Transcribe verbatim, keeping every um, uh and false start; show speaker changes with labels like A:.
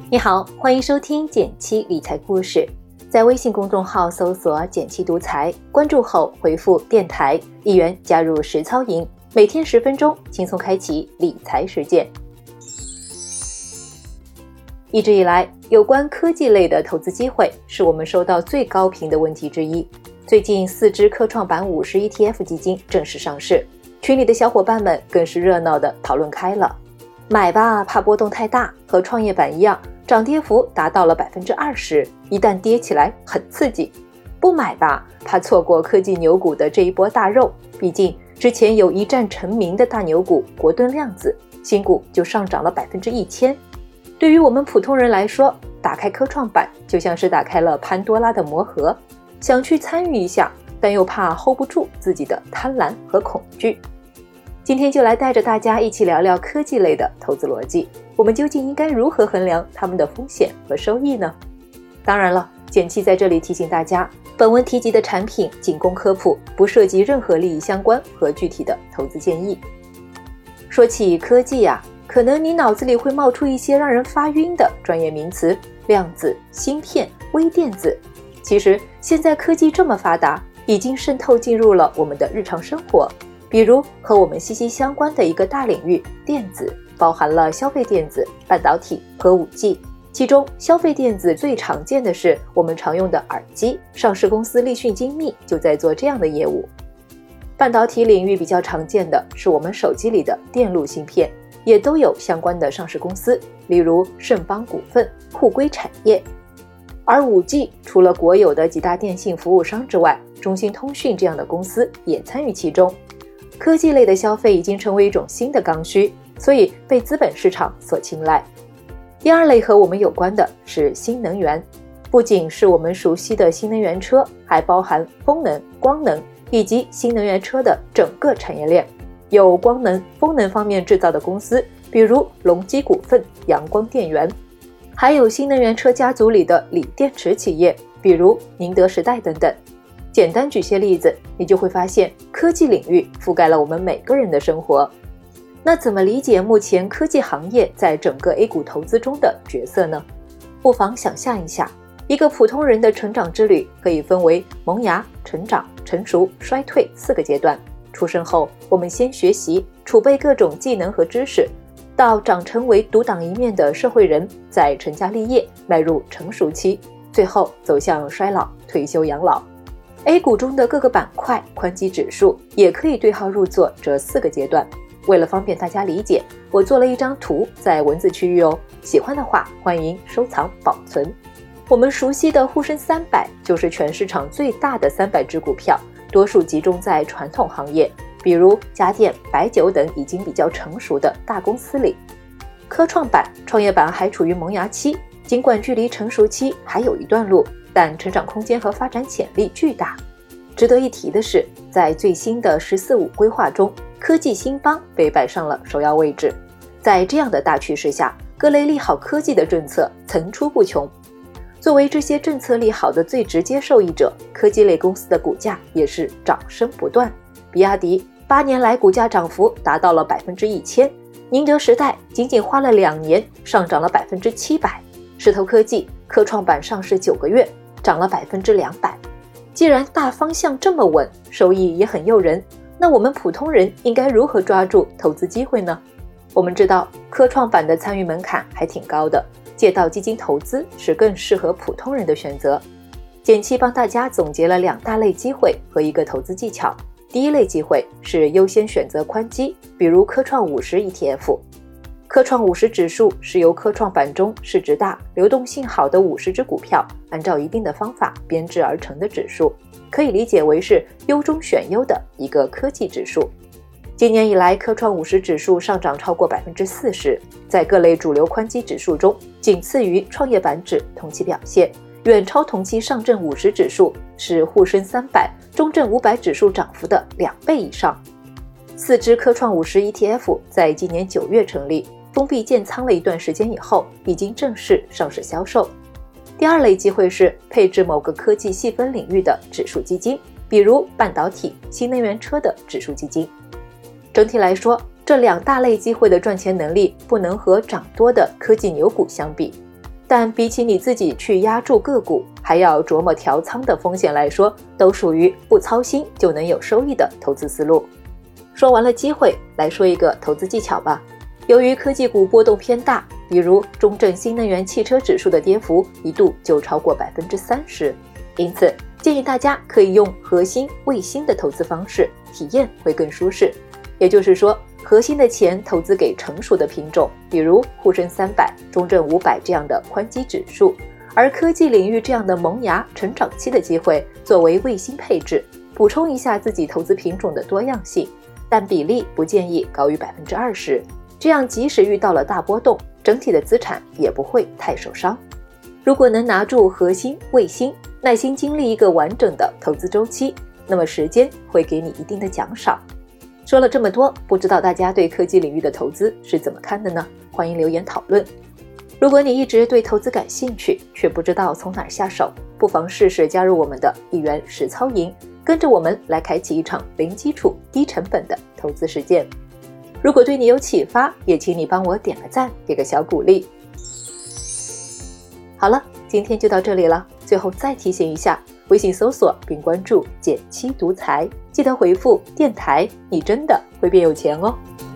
A: 你好，欢迎收听简七理财故事。在微信公众号搜索简七独裁，关注后回复电台，一元加入实操营，每天十分钟，轻松开启理财实践。一直以来，有关科技类的投资机会是我们收到最高频的问题之一。最近四只科创板五十 E T F 基金正式上市，群里的小伙伴们更是热闹地讨论开了。买吧，怕波动太大，和创业板一样，涨跌幅达到了 百分之二十， 一旦跌起来很刺激。不买吧，怕错过科技牛股的这一波大肉，毕竟之前有一战成名的大牛股国盾量子，新股就上涨了 百分之千。对于我们普通人来说，打开科创板就像是打开了潘多拉的魔盒，想去参与一下，但又怕 hold 不住自己的贪婪和恐惧。今天就来带着大家一起聊聊科技类的投资逻辑，我们究竟应该如何衡量它们的风险和收益呢？当然了，简七在这里提醒大家，本文提及的产品仅供科普，不涉及任何利益相关和具体的投资建议。说起科技呀、啊，可能你脑子里会冒出一些让人发晕的专业名词，量子、芯片、微电子。其实现在科技这么发达，已经渗透进入了我们的日常生活。比如和我们息息相关的一个大领域，电子，包含了消费电子、半导体和 五 G。 其中消费电子最常见的是我们常用的耳机，上市公司立讯精密就在做这样的业务。半导体领域比较常见的是我们手机里的电路芯片，也都有相关的上市公司，例如盛邦股份、酷硅产业。而 五 G 除了国有的几大电信服务商之外，中兴通讯这样的公司也参与其中。科技类的消费已经成为一种新的刚需，所以被资本市场所青睐。第二类和我们有关的是新能源，不仅是我们熟悉的新能源车，还包含风能、光能以及新能源车的整个产业链。有光能、风能方面制造的公司，比如隆基股份、阳光电源，还有新能源车家族里的锂电池企业，比如宁德时代等等。简单举些例子，你就会发现科技领域覆盖了我们每个人的生活。那怎么理解目前科技行业在整个 A 股投资中的角色呢？不妨想象一下，一个普通人的成长之旅可以分为萌芽、成长、成熟、衰退四个阶段。出生后，我们先学习，储备各种技能和知识，到长成为独当一面的社会人，再成家立业，迈入成熟期，最后走向衰老、退休养老。A 股中的各个板块、宽基指数也可以对号入座这四个阶段。为了方便大家理解，我做了一张图在文字区域哦，喜欢的话欢迎收藏保存。我们熟悉的沪深三百就是全市场最大的三百只股票，多数集中在传统行业，比如家电、白酒等已经比较成熟的大公司里。科创板、创业板还处于萌芽期，尽管距离成熟期还有一段路，但成长空间和发展潜力巨大。值得一提的是，在最新的十四五规划中，科技兴邦被摆上了首要位置。在这样的大趋势下，各类利好科技的政策层出不穷。作为这些政策利好的最直接受益者，科技类公司的股价也是涨升不断。比亚迪八年来股价涨幅达到了 百分之千， 宁德时代仅仅花了两年上涨了 百分之七百， 石头科技科创板上市九个月涨了 百分之两百。既然大方向这么稳，收益也很诱人，那我们普通人应该如何抓住投资机会呢？我们知道科创板的参与门槛还挺高的，借道基金投资是更适合普通人的选择。简七帮大家总结了两大类机会和一个投资技巧。第一类机会是优先选择宽基，比如科创五十 E T F。科创五十指数是由科创板中市值大、流动性好的五十只股票按照一定的方法编制而成的指数，可以理解为是优中选优的一个科技指数。今年以来，科创五十指数上涨超过 百分之四十， 在各类主流宽基指数中仅次于创业板指同期表现，远超同期上证五十指数，是沪深三百、中证五百指数涨幅的两倍以上。四只科创五十 E T F 在今年九月成立，封闭建仓了一段时间以后，已经正式上市销售。第二类机会是配置某个科技细分领域的指数基金，比如半导体、新能源车的指数基金。整体来说，这两大类机会的赚钱能力不能和涨多的科技牛股相比。 但比起你自己去押注个股，还要琢磨调仓的风险来说，都属于不操心就能有收益的投资思路。说完了机会，来说一个投资技巧吧。由于科技股波动偏大，比如中证新能源汽车指数的跌幅一度就超过 百分之三十， 因此建议大家可以用核心卫星的投资方式，体验会更舒适。也就是说，核心的钱投资给成熟的品种，比如沪深三百、中证五百这样的宽基指数，而科技领域这样的萌芽成长期的机会作为卫星配置，补充一下自己投资品种的多样性，但比例不建议高于 百分之二十， 这样即使遇到了大波动，整体的资产也不会太受伤。如果能拿住核心卫星，耐心经历一个完整的投资周期，那么时间会给你一定的奖赏。说了这么多，不知道大家对科技领域的投资是怎么看的呢？欢迎留言讨论。如果你一直对投资感兴趣，却不知道从哪儿下手，不妨试试加入我们的一元实操营，跟着我们来开启一场零基础、低成本的投资实践。如果对你有启发，也请你帮我点个赞，给个小鼓励。好了，今天就到这里了。最后再提醒一下，微信搜索并关注减七独裁，记得回复电台，你真的会变有钱哦。